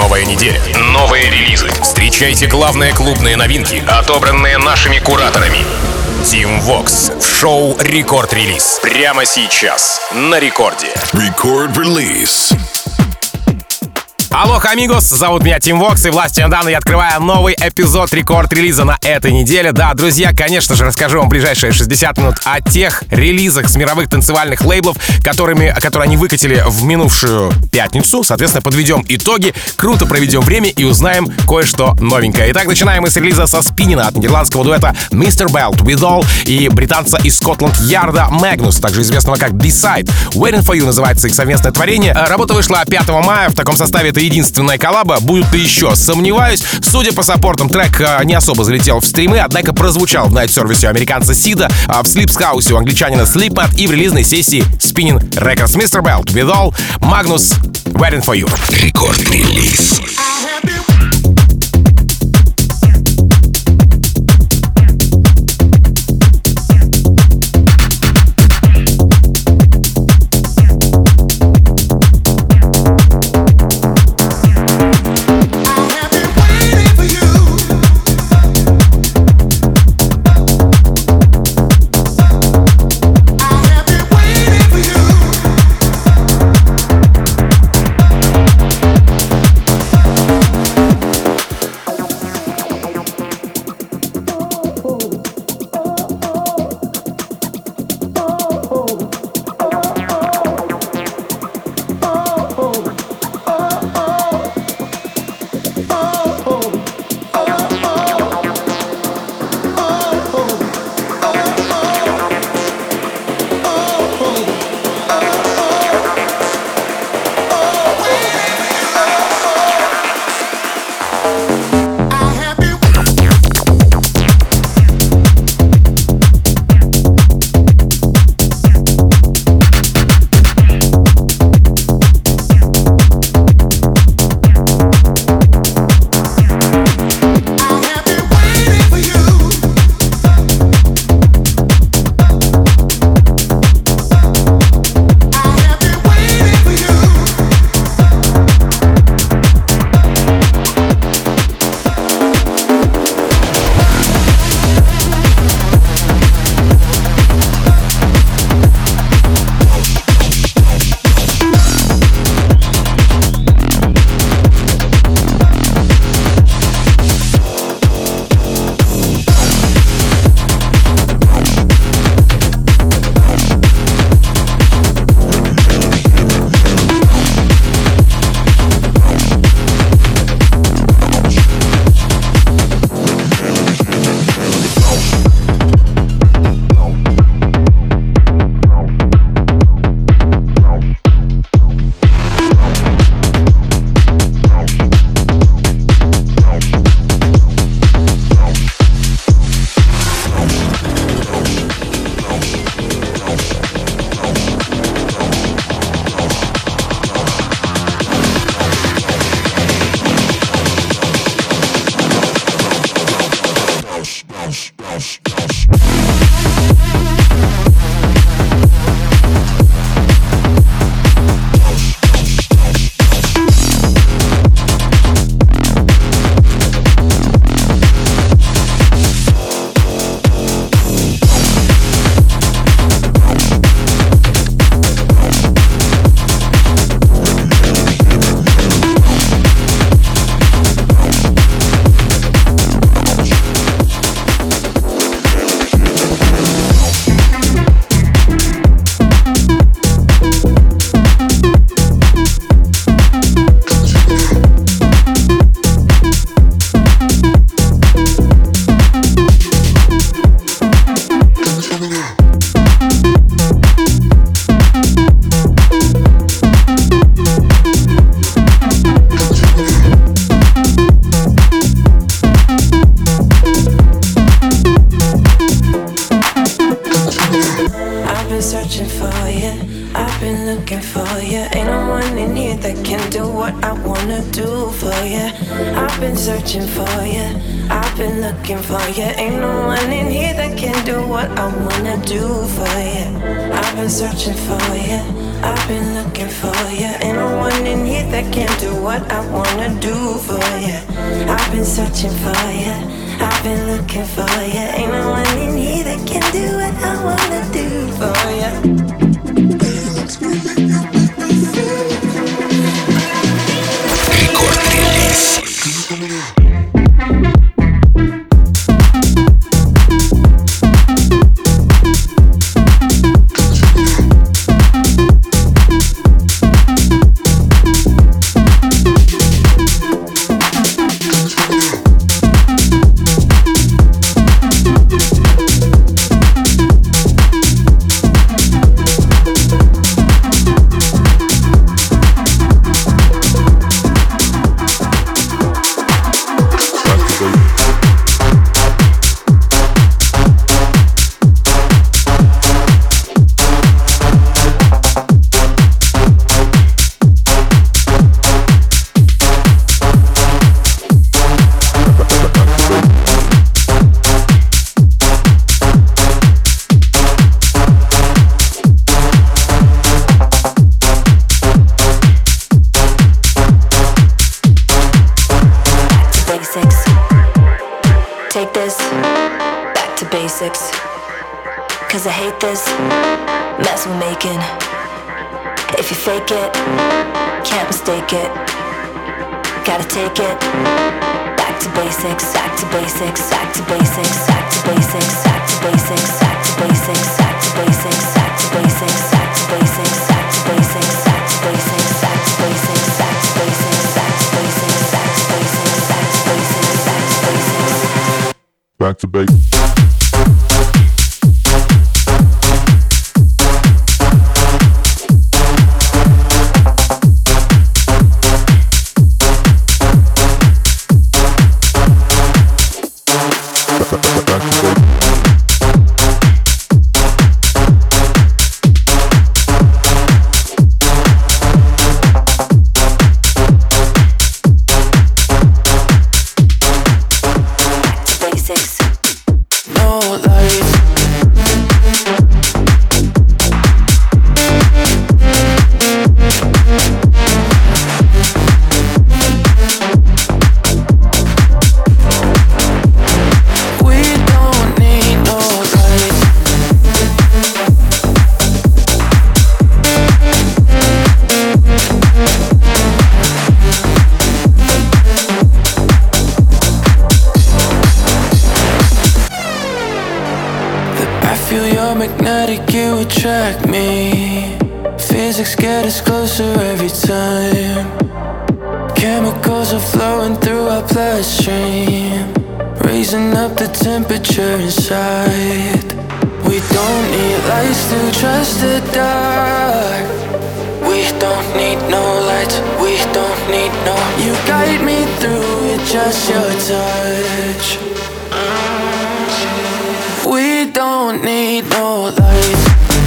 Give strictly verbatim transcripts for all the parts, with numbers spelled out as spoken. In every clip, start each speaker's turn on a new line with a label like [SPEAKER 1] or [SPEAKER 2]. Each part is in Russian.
[SPEAKER 1] Новая неделя, новые релизы. Встречайте главные клубные новинки, отобранные нашими кураторами. Team Vox в шоу «Рекорд Релиз». Прямо сейчас на рекорде.
[SPEAKER 2] Record Release.
[SPEAKER 3] Алло, амигос, зовут меня Team Vox, и властью Дана я открываю новый эпизод рекорд-релиза на этой неделе. Да, друзья, конечно же, расскажу вам в ближайшие шестьдесят минут о тех релизах с мировых танцевальных лейблов, которыми, которые они выкатили в минувшую пятницу. Соответственно, подведем итоги, круто проведем время и узнаем кое-что новенькое. Итак, начинаем мы с релиза со спиннина от нидерландского дуэта мистер Belt With All и британца из Скотланд-Ярда Magnus, также известного как B-Side. Waiting For You называется их совместное творение. Работа вышла пятого мая, в таком составе это единственная коллаба, будут ли еще, сомневаюсь. Судя по саппортам, трек не особо залетел в стримы, однако прозвучал в найт-сервисе у американца Сида, в слипс-хаусе у англичанина Slipknot и в релизной сессии Spinning Records. мистер Belt With All, Magnus, Waiting For You.
[SPEAKER 2] Рекорд-релиз.
[SPEAKER 4] searching for you. I've been looking for you. Ain't no one in here that can do what I wanna do for you. I've been searching for you. I've been looking for you. Ain't no one in here that can do what I wanna do for you. I've been searching for you. I've been looking for you. Ain't no one in here that can do what I wanna do for you.
[SPEAKER 2] Рекорд-релиз.
[SPEAKER 5] Cause I hate this mess we're making. If you fake it, can't mistake it. Gotta take it back to basics, back to basics, back to basics, back to basics, back to basics, back to basics, back to basics, back to basics, back to basics, back to basics, back to basics, back to basics, back to basics, back to basics, back to basics, back to basics, back to basics, back to basics.
[SPEAKER 6] Magnetic, you attract me. Physics get us closer every time. Chemicals are flowing through our bloodstream, raising up the temperature inside. We don't need lights to trust the dark. We don't need no lights, we don't need no. You guide me through it, just your touch. We don't need no lights.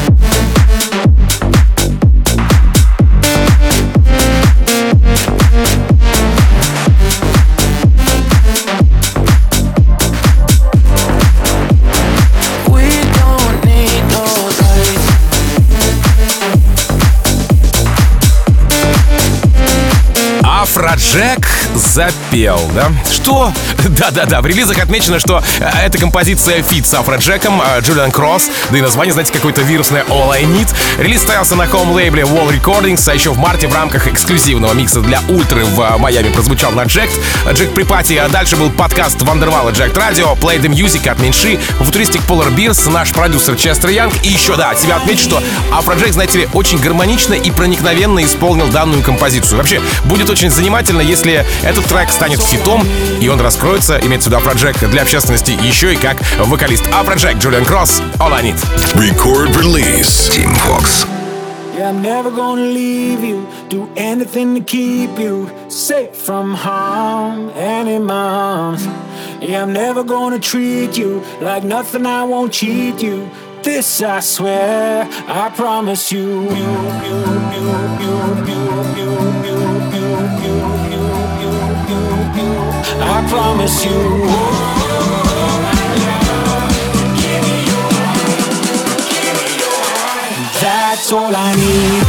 [SPEAKER 6] We don't need no lights.
[SPEAKER 3] Афроджек запел, да? Что? Да-да-да, в релизах отмечено, что эта композиция фит с Афроджеком, Джулиан Кросс, да и название, знаете, какое-то вирусное All I Need. Релиз стоялся на хоум-лейбле Wall Recordings, а еще в марте в рамках эксклюзивного микса для Ультры в Майами прозвучал на Джек. Джек Припати, а дальше был подкаст Вандервала Джек Радио, Play the Music от Меньши, футуристик Polar Bears, наш продюсер Честер Янг. И еще, да, от себя отмечу, что Афроджек, знаете ли, очень гармонично и проникновенно исполнил данную композицию. Вообще, будет очень занимательно, если этот трек станет хитом, и он раскроется, имеется в виду Афроджек, для общественности еще и как вокалист. Афроджек, Джулиан Кросс, All I Need.
[SPEAKER 2] Record release. Team Vox.
[SPEAKER 7] Yeah, I'm never gonna leave you. Do anything to keep you safe from harm and in my arms. Yeah, I'm never gonna treat you like nothing. I won't cheat you. This I swear, I promise you. You, you, you, you, you, you, you, you, you, you, you, you, you. I promise you. That That's all I need.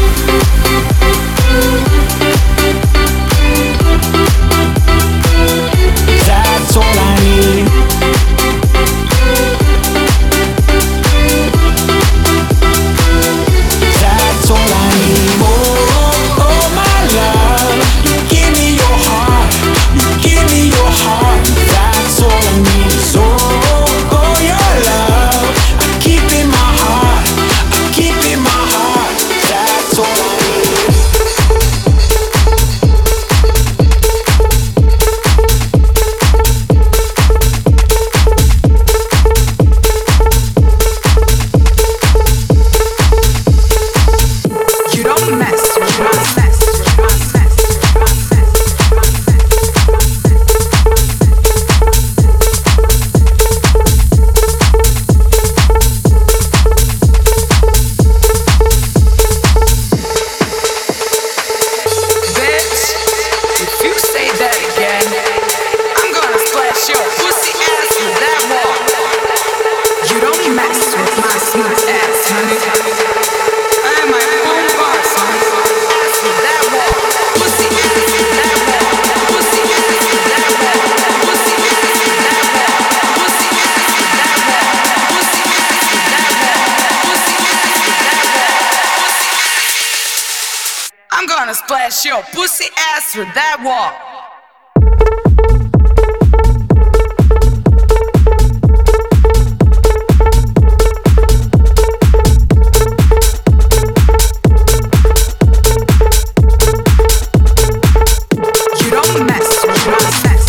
[SPEAKER 7] That's all I need. That's all I need. Oh, oh my love, you give me your heart, you give me your heart. That's all I need. So, oh your love, I keep in my heart, I keep in my heart. That's all I need.
[SPEAKER 8] You don't mess with my mess. Splash your pussy ass through that wall. You don't mess with my mess.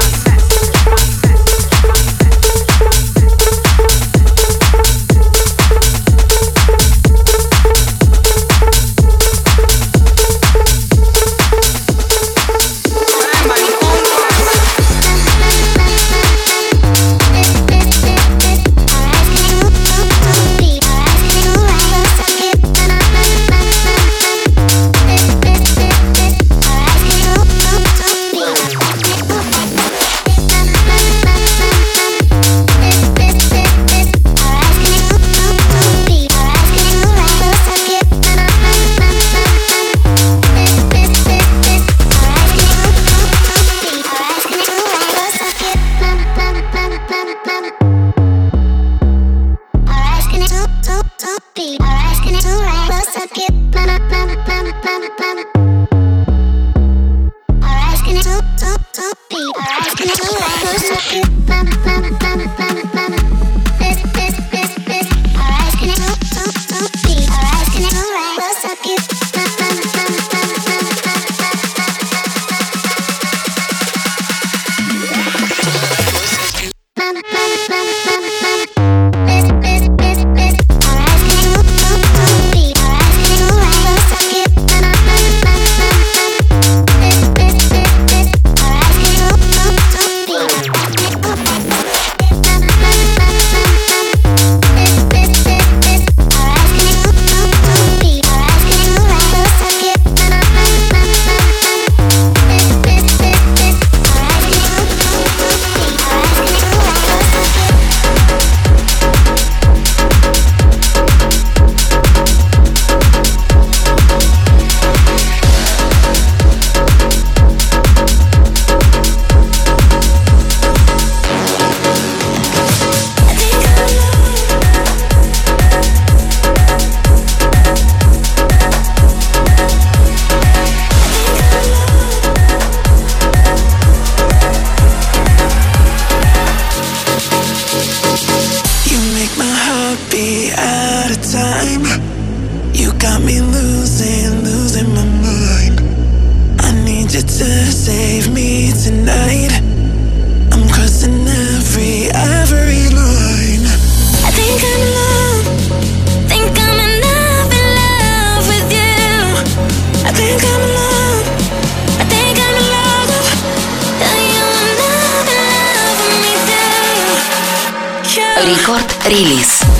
[SPEAKER 9] Рекорд-релиз.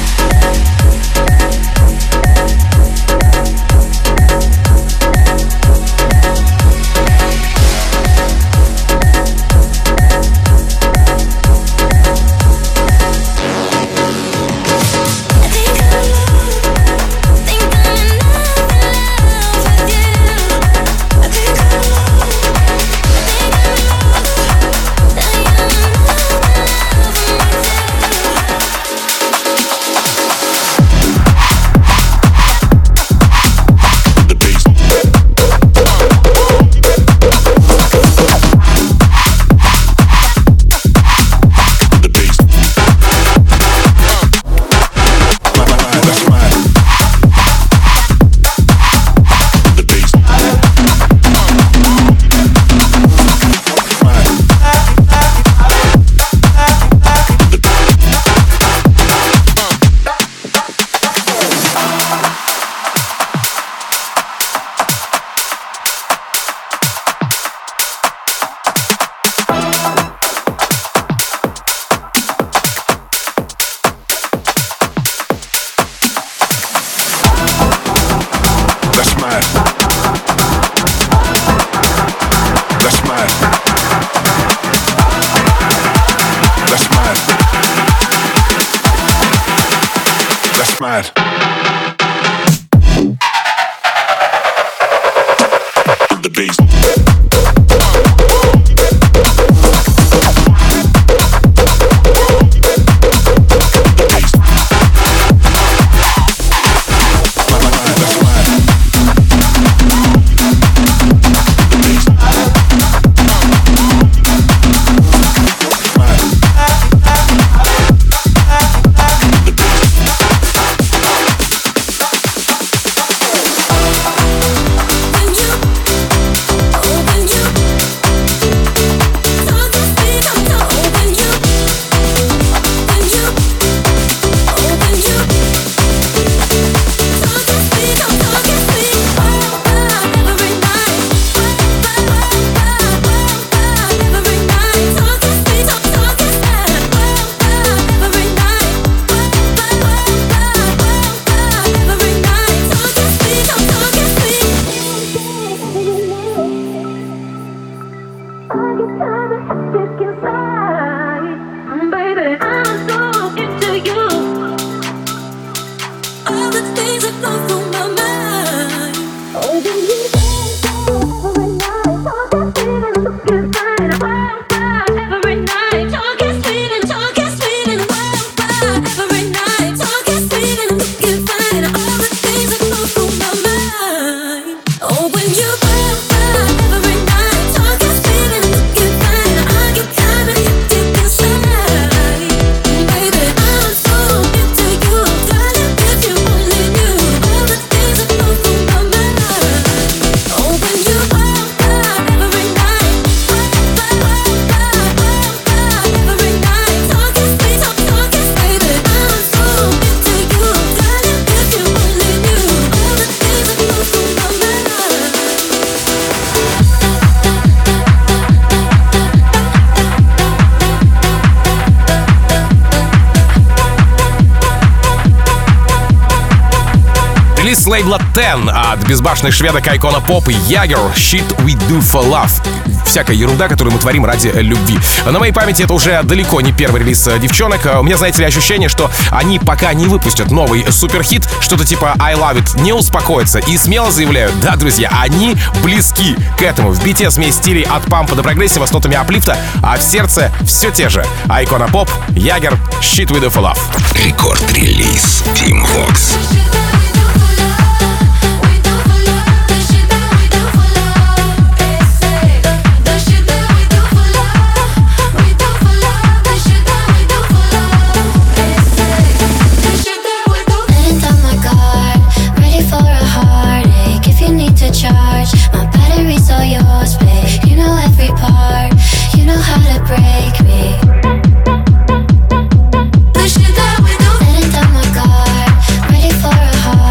[SPEAKER 5] Think I'm
[SPEAKER 3] Релиз с лейбла Ten от безбашенных шведок Icona Pop и Jagger «Shit We Do For Love». Всякая ерунда, которую мы творим ради любви. На моей памяти это уже далеко не первый релиз девчонок. У меня, знаете ли, ощущение, что они пока не выпустят новый суперхит, что-то типа I Love It, не успокоятся и смело заявляют: да, друзья, они близки к этому. В бите смесь стилей от пампа до прогрессива с нотами аплифта, а в сердце все те же. Icona Pop, Jagger, Shit We Do For Love.
[SPEAKER 2] Рекорд-релиз Team Vox.
[SPEAKER 9] Charge my batteries, all yours, babe. You know every part, you know how to break me. The shit that we do. Letting down my guard, ready for a heart.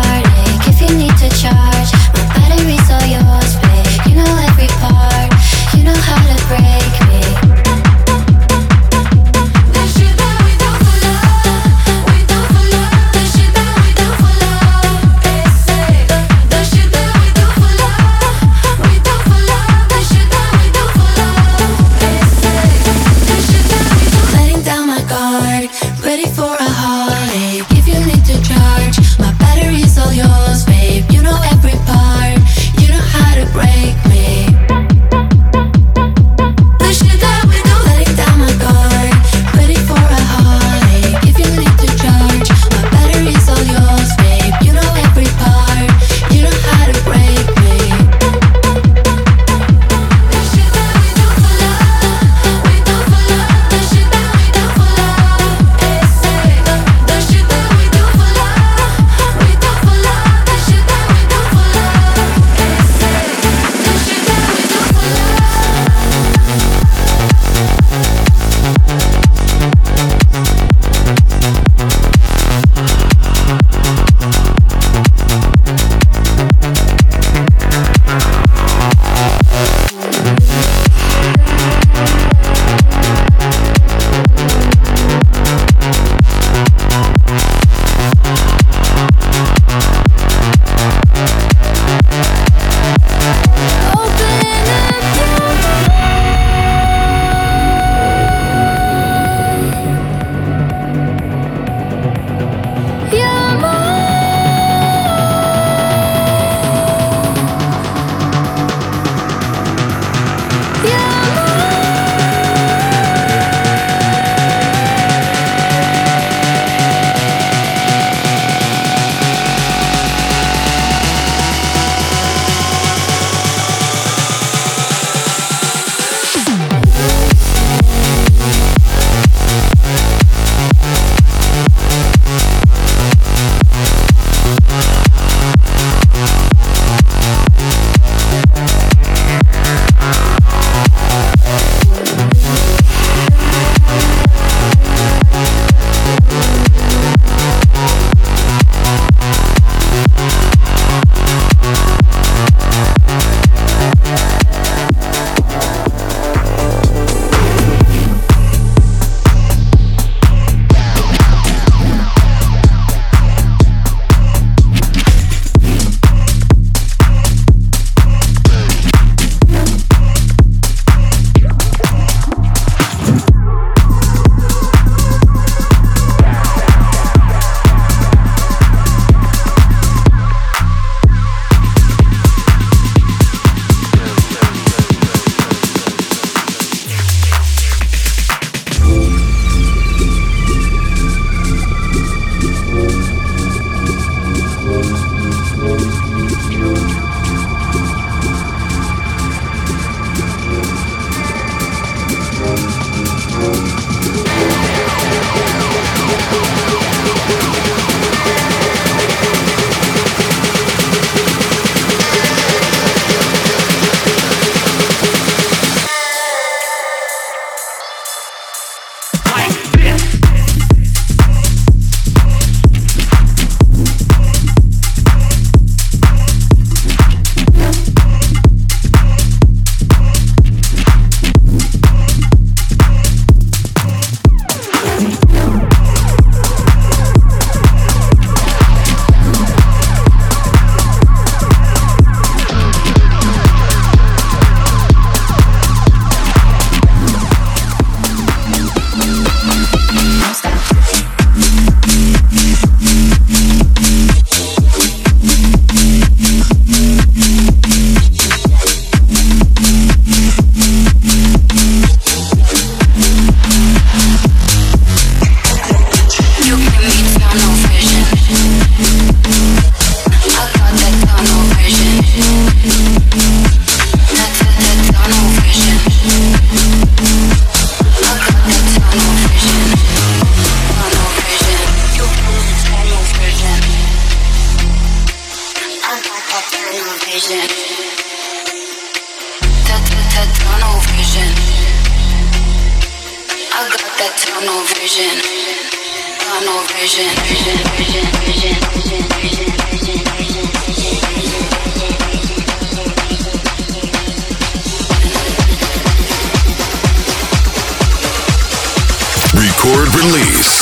[SPEAKER 2] Record release.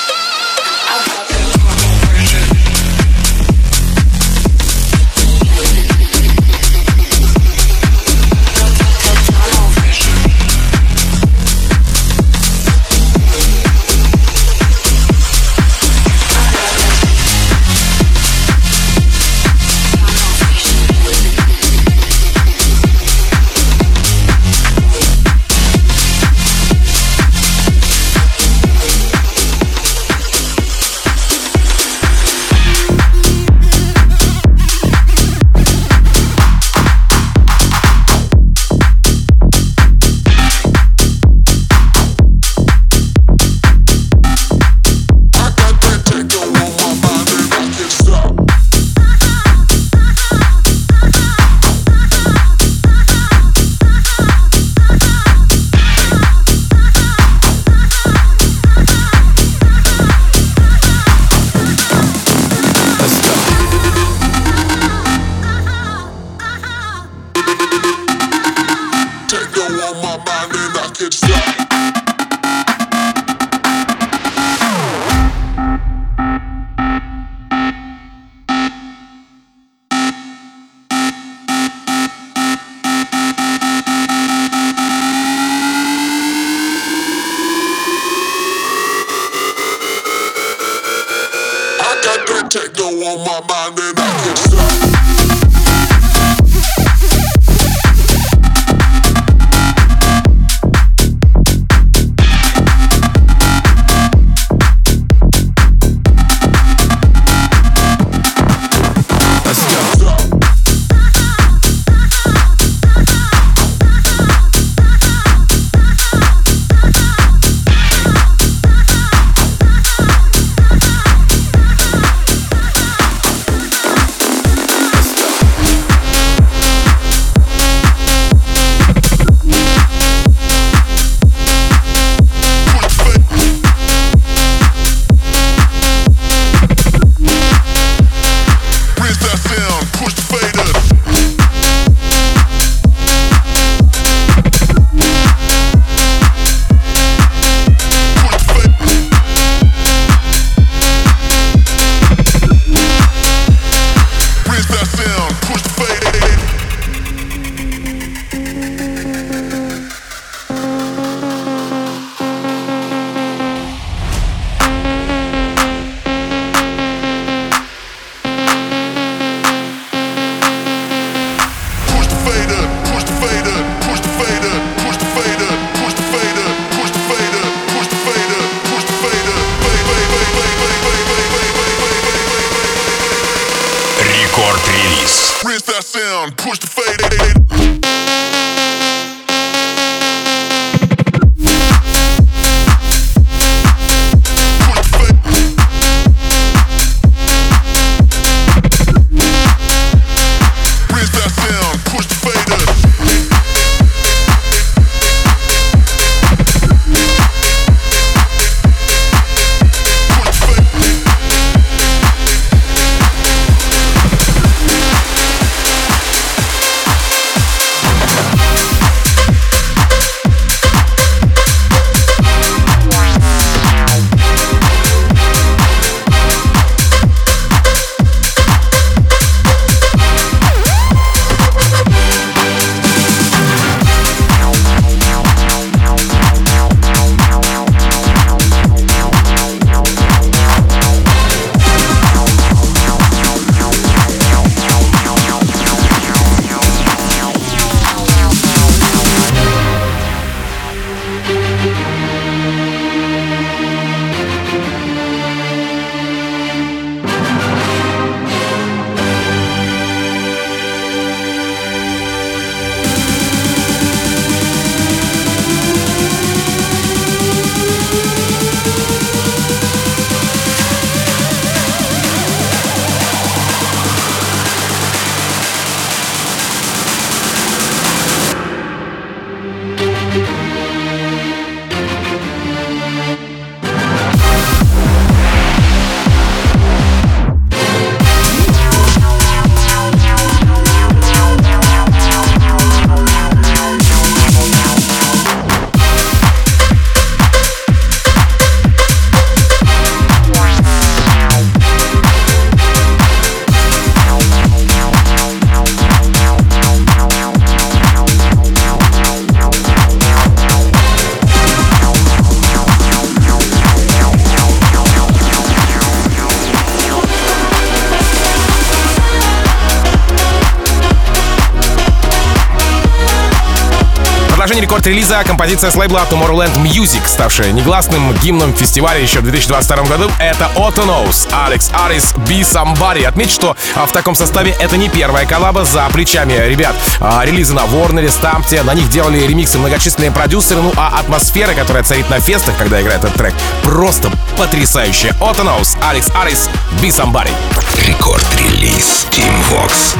[SPEAKER 10] Techno on my mind and I can't stop. Rinse that sound, push the fade.
[SPEAKER 3] продолжение рекорд-релиза композиция с лейбла Tomorrowland Music, ставшая негласным гимном фестиваля еще в две тысячи двадцать втором году. Это Otto Knows, Алекс Арис, Be Somebody. Отмечу, что а, в таком составе это не первая коллаба за плечами ребят. А, релизы на Warner, Стампте, на них делали ремиксы многочисленные продюсеры, ну а атмосфера, которая царит на фестах, когда играет этот трек, просто потрясающая. Otto Knows, Алекс Арис, Be Somebody.
[SPEAKER 2] Рекорд-релиз Team Vox.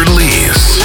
[SPEAKER 2] release.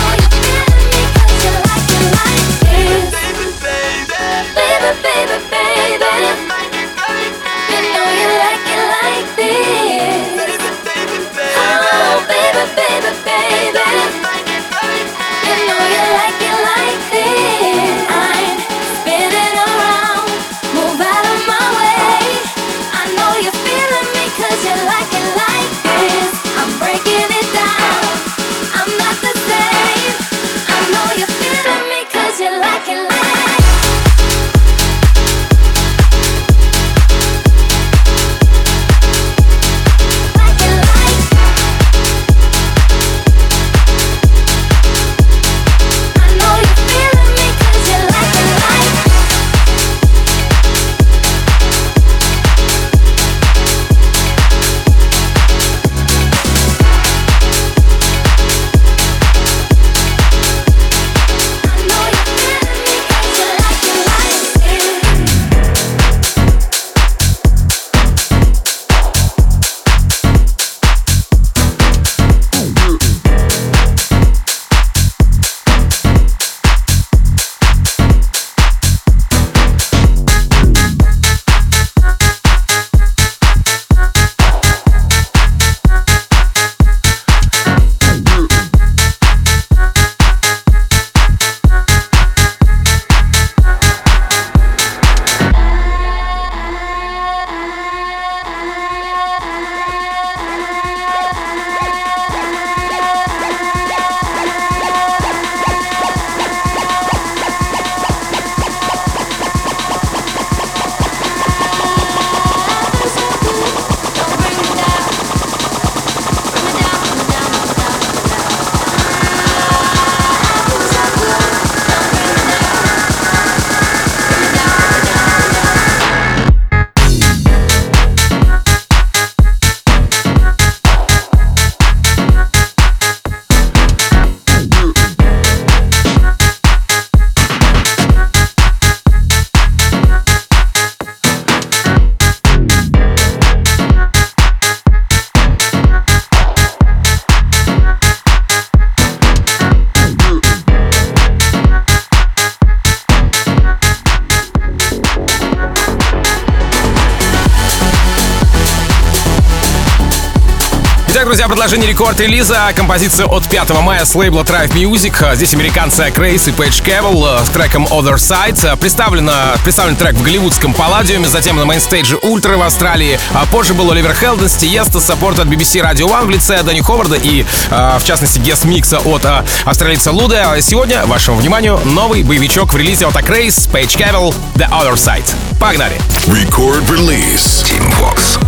[SPEAKER 3] Итак, друзья, продолжение рекорд-релиза. Композиция от пятого мая с лейбла Tribe Music. Здесь американцы Крейс и Пейдж Кевилл с треком Other Side. Представлен, представлен трек в голливудском Палладиуме, затем на мейнстейдже Ультра в Австралии. А позже был Оливер Хелден, Тиеста, саппорт от би би си Radio One в лице Дэнни Ховарда и, в частности, гест-микса от австралийца Луде. Сегодня, вашему вниманию, новый боевичок в релизе от Крейс, Пейдж Кевилл, The Other Side. Погнали!
[SPEAKER 2] Record release. Team Vox.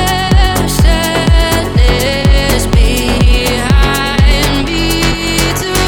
[SPEAKER 9] To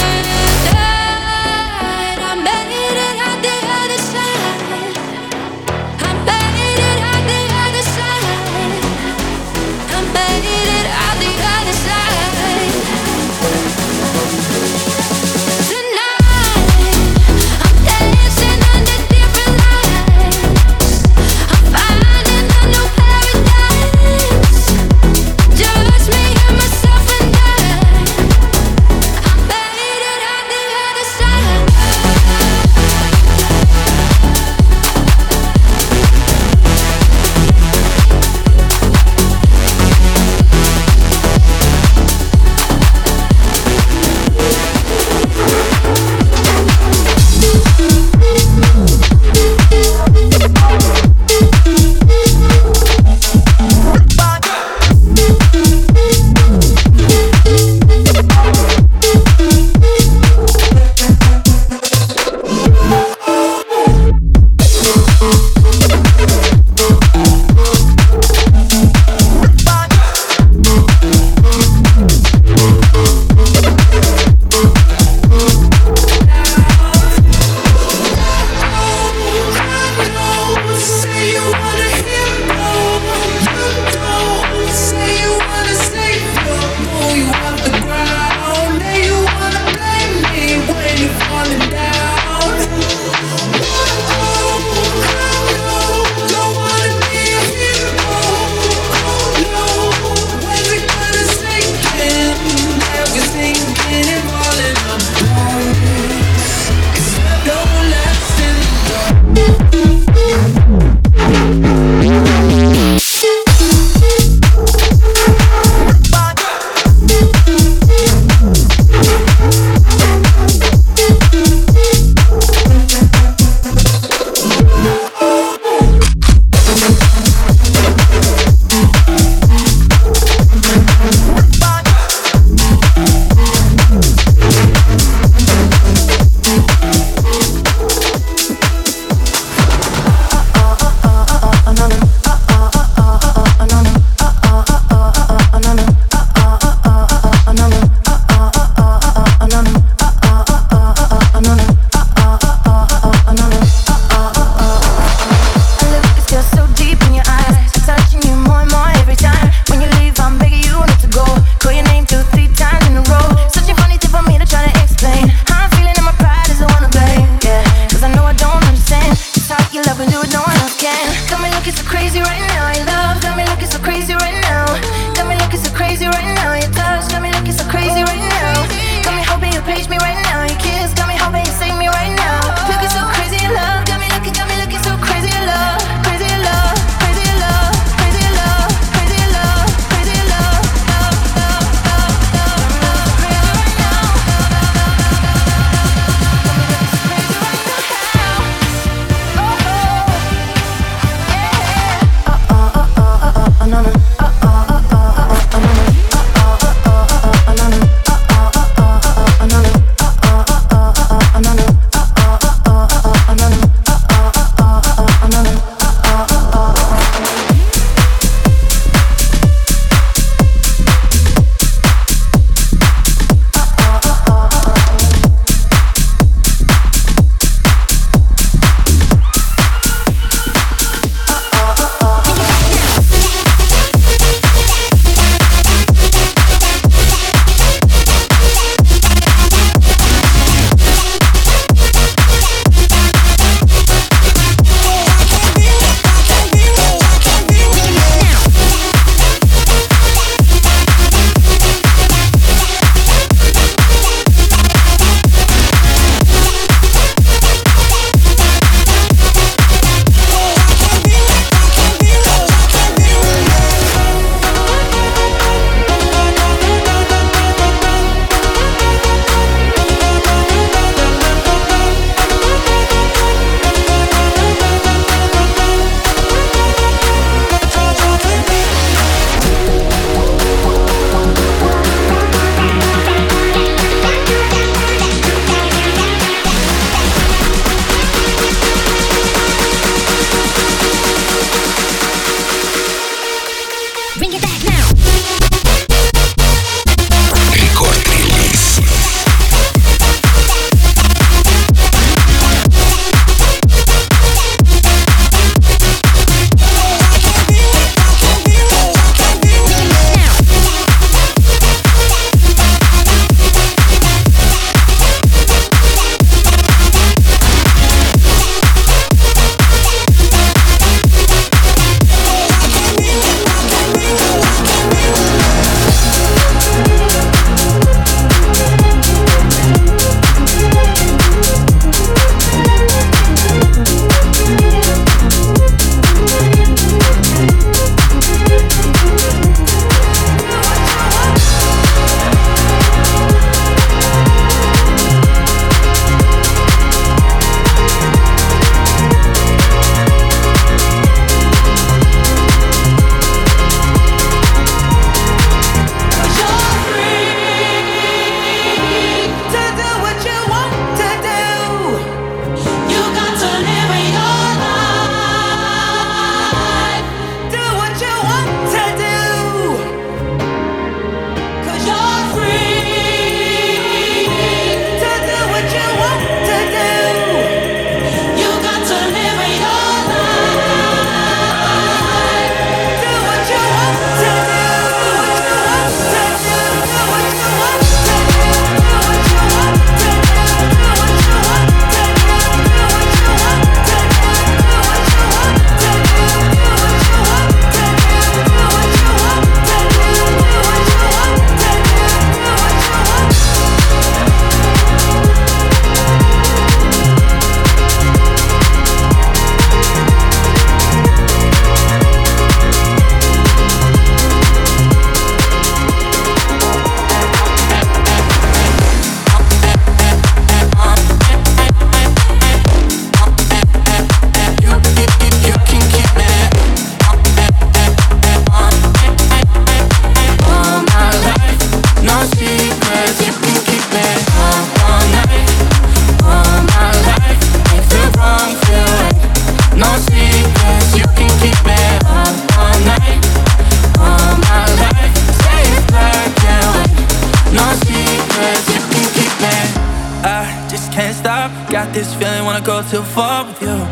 [SPEAKER 5] looking so crazy right now. Your love got me looking so crazy right now. Got me looking so crazy right now. Your touch got me looking so crazy right now. Got me hoping you page me right now. Your kiss got me hoping you save me right now. Looking so crazy in love. Got me looking, got me looking so crazy in love. Crazy in love. Crazy in love. Crazy in love. Crazy in love. Crazy in love. Love, love, love, love. Crazy right now.
[SPEAKER 6] Got this feeling, wanna go too far with you,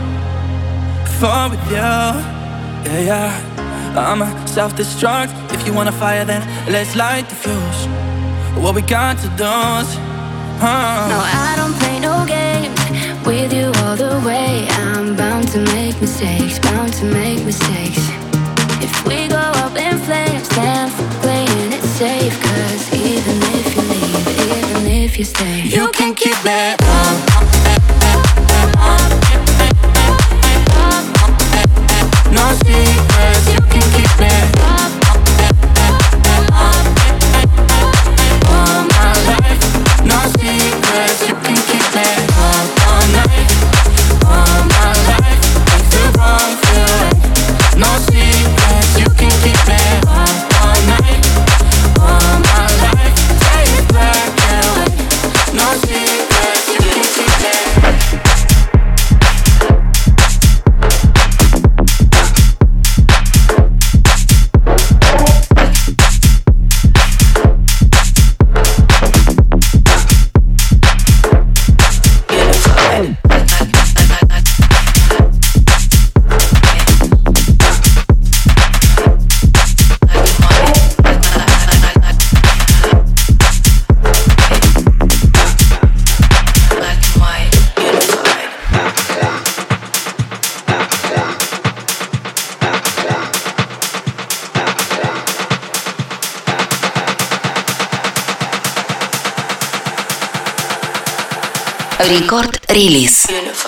[SPEAKER 6] far with you, yeah, yeah. I'ma self-destruct. If you wanna fire, then let's light the fuse. What we got to do is, huh?
[SPEAKER 9] No, I don't play no games with you all the way. I'm bound to make make mistakes, bound to make mistakes. If we go up in flames, then for playing it safe. Cause even if you leave, even if you stay, you can keep it up. No secrets, you can keep it up. All my life, no secrets, you can keep it up all night. All my life, makes the wrong feel right. No secrets, you can keep it up all night. All my life, take it black and white. No secrets, you can keep it.
[SPEAKER 11] Рекорд-релиз.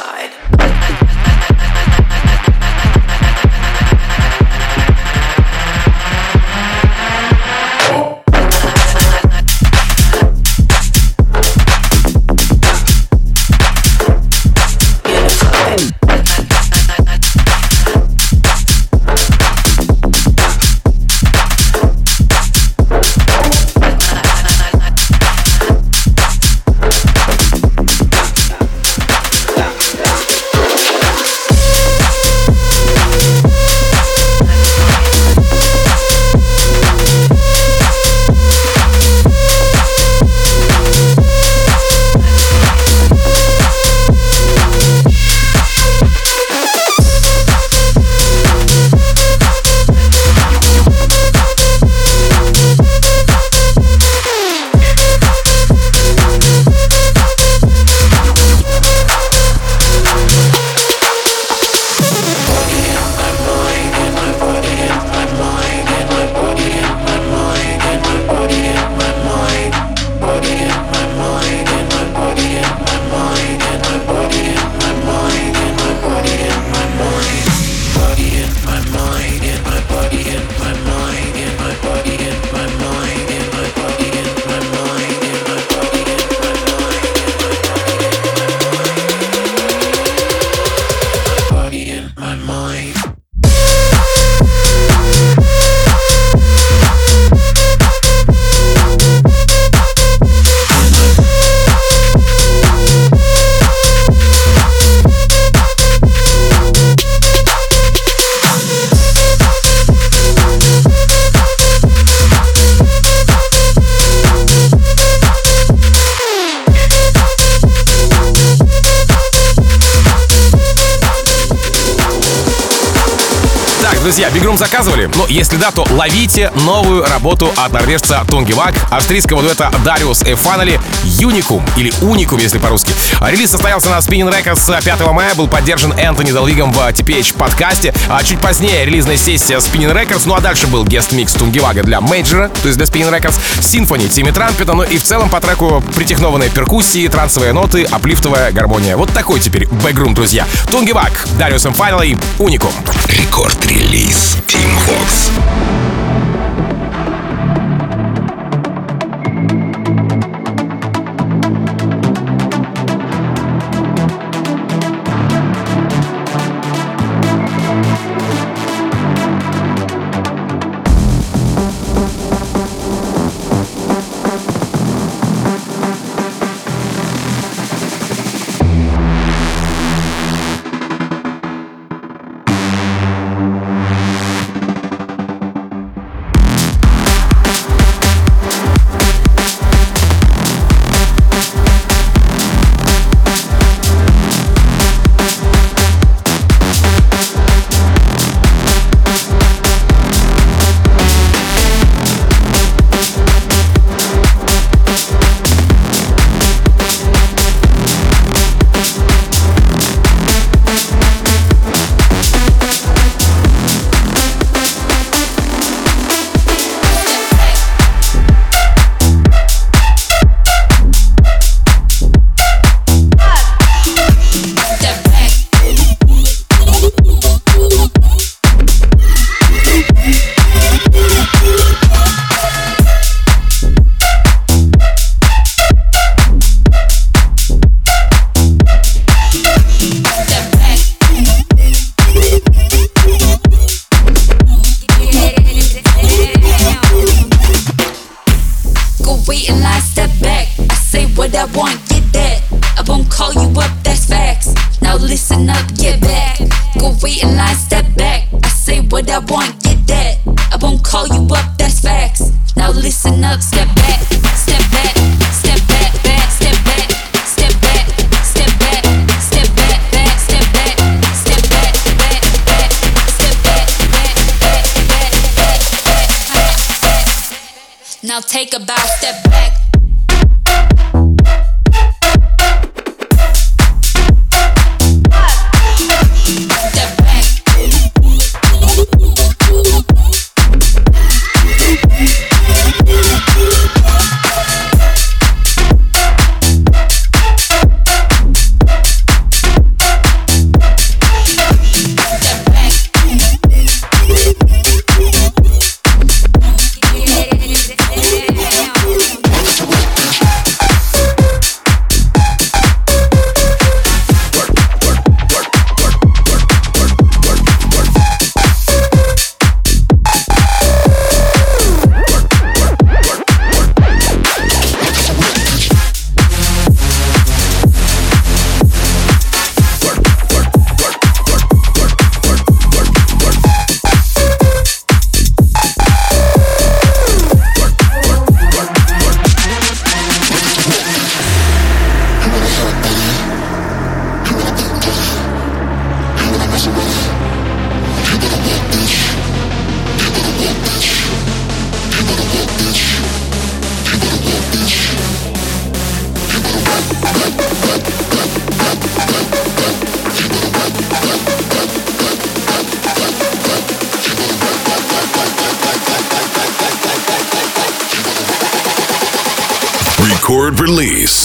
[SPEAKER 3] Друзья, Бигрум заказывали? Ну, если да, то ловите новую работу от норвежца Тунгеваг, австрийского дуэта Darius и Finally, Unicum, или Unicum, если по-русски. Релиз состоялся на Spinnin' Records пятого мая, был поддержан Энтони Делвигом в ти пи эйч подкасте, а чуть позднее релизная сессия Spinnin' Records, ну а дальше был гест-микс Тунгевага для Мейджора, то есть для Spinnin' Records, Symphony, Тимми Трампета, ну и в целом по треку притехнованные перкуссии, трансовые ноты, аплифтовая гармония. Вот такой теперь бэкграунд, друзья. Тунгеваг, Darius и Finally, Unicum.
[SPEAKER 2] Рекорд-релиз Team Vox.
[SPEAKER 12] Nigga, wait in line, step back. I say what I want, get that. I won't call you up, that's facts. Now listen up, step back, step back, step back, back, step back, step back, step back, step back, back, step back, step back, back, back, step back, back, back, back, back, back. Now take a bow, step back.
[SPEAKER 2] Record release.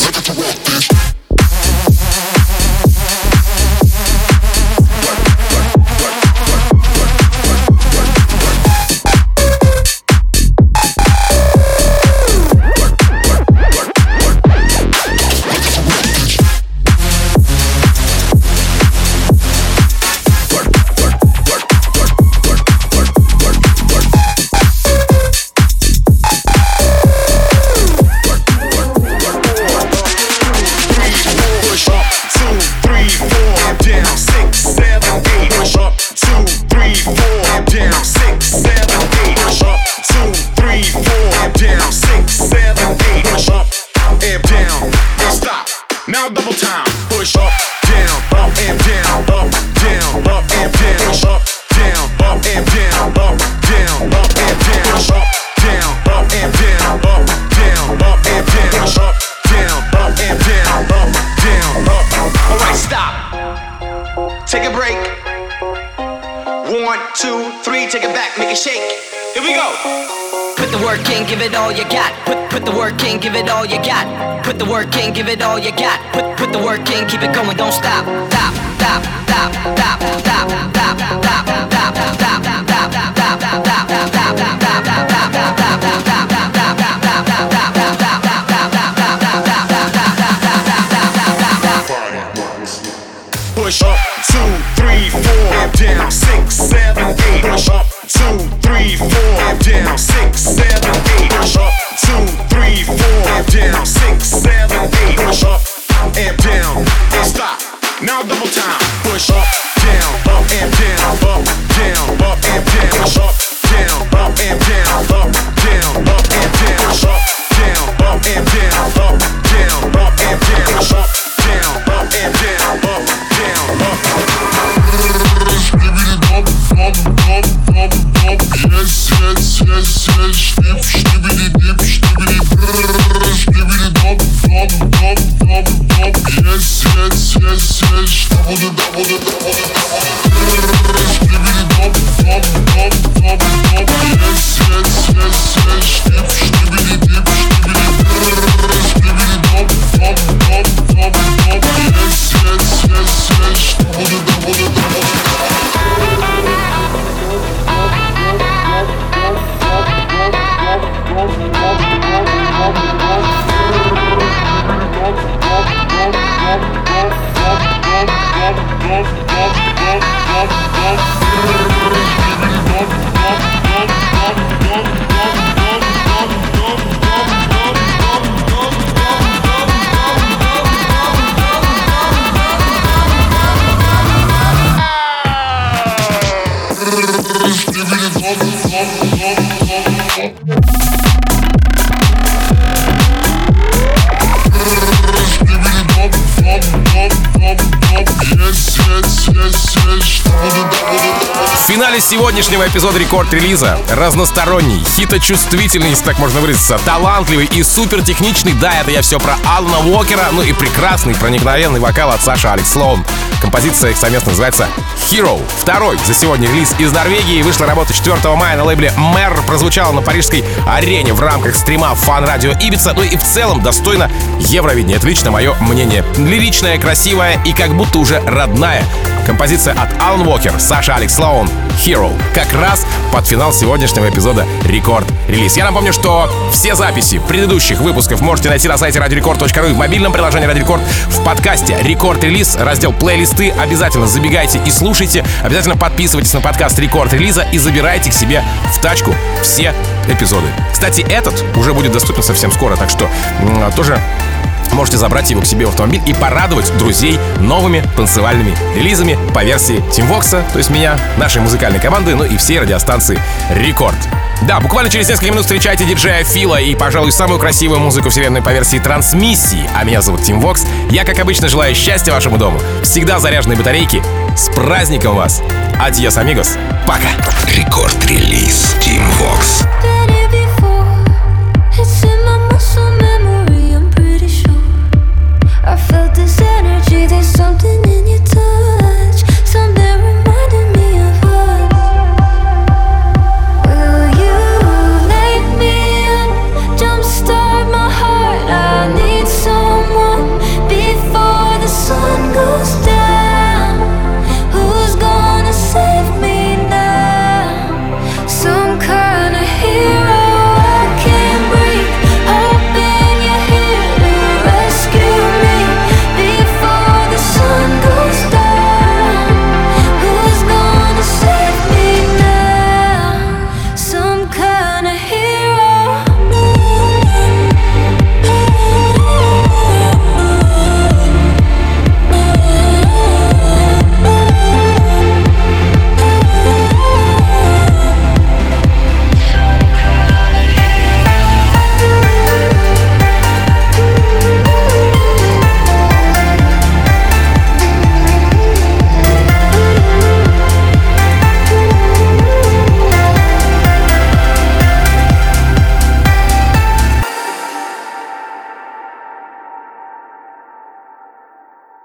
[SPEAKER 13] Give it all you got. Put put the work in, keep it going, don't stop. Stop, stop, stop, stop, stop, stop, stop, stop, stop, push up, two, three, four, and down, six, seven, eight. Push up, two, three, four, and down, six, seven, eight. Push up, two, three, four, and down, six, seven, eight. Push up, and down, and stop. Now double time. Push up, down, up, and
[SPEAKER 3] В финале сегодняшнего эпизода рекорд-релиза разносторонний, хиточувствительный, если так можно выразиться, талантливый и супертехничный, да, это я все про Алана Уокера, ну и прекрасный, проникновенный вокал от Саши Алекс Слоун. Композиция их совместно называется Hero. Второй за сегодня релиз из Норвегии. Вышла работа четвёртого мая на лейбле Мэр, прозвучала на парижской арене в рамках стрима фан-радио Ибица, ну и в целом достойно Евровидения. Это лично мое мнение. Лиричная, красивая и как будто уже родная композиция от Алан Уокер, Саша Алекс Слоун, Hero. Как раз под финал сегодняшнего эпизода рекорд-релиз. Я напомню, что все записи предыдущих выпусков можете найти на сайте радио рекорд точка ру, в мобильном приложении Радио Рекорд, в подкасте Рекорд-релиз, раздел плейлисты. Обязательно забегайте и слушайте. Обязательно подписывайтесь на подкаст Рекорд-релиза и забирайте к себе в тачку все эпизоды. Кстати, этот уже будет доступен совсем скоро, так что м- тоже можете забрать его к себе в автомобиль и порадовать друзей новыми танцевальными релизами по версии Team Vox, то есть меня, нашей музыкальной команды, ну и всей радиостанции Рекорд. Да, буквально через несколько минут встречайте диджея Фила и, пожалуй, самую красивую музыку вселенной по версии трансмиссии. А меня зовут Team Vox. Я, как обычно, желаю счастья вашему дому, всегда заряженные батарейки. С праздником вас! Адьос, амигос! Пока!
[SPEAKER 2] Рекорд-релиз Team Vox.
[SPEAKER 5] I felt this energy, there's something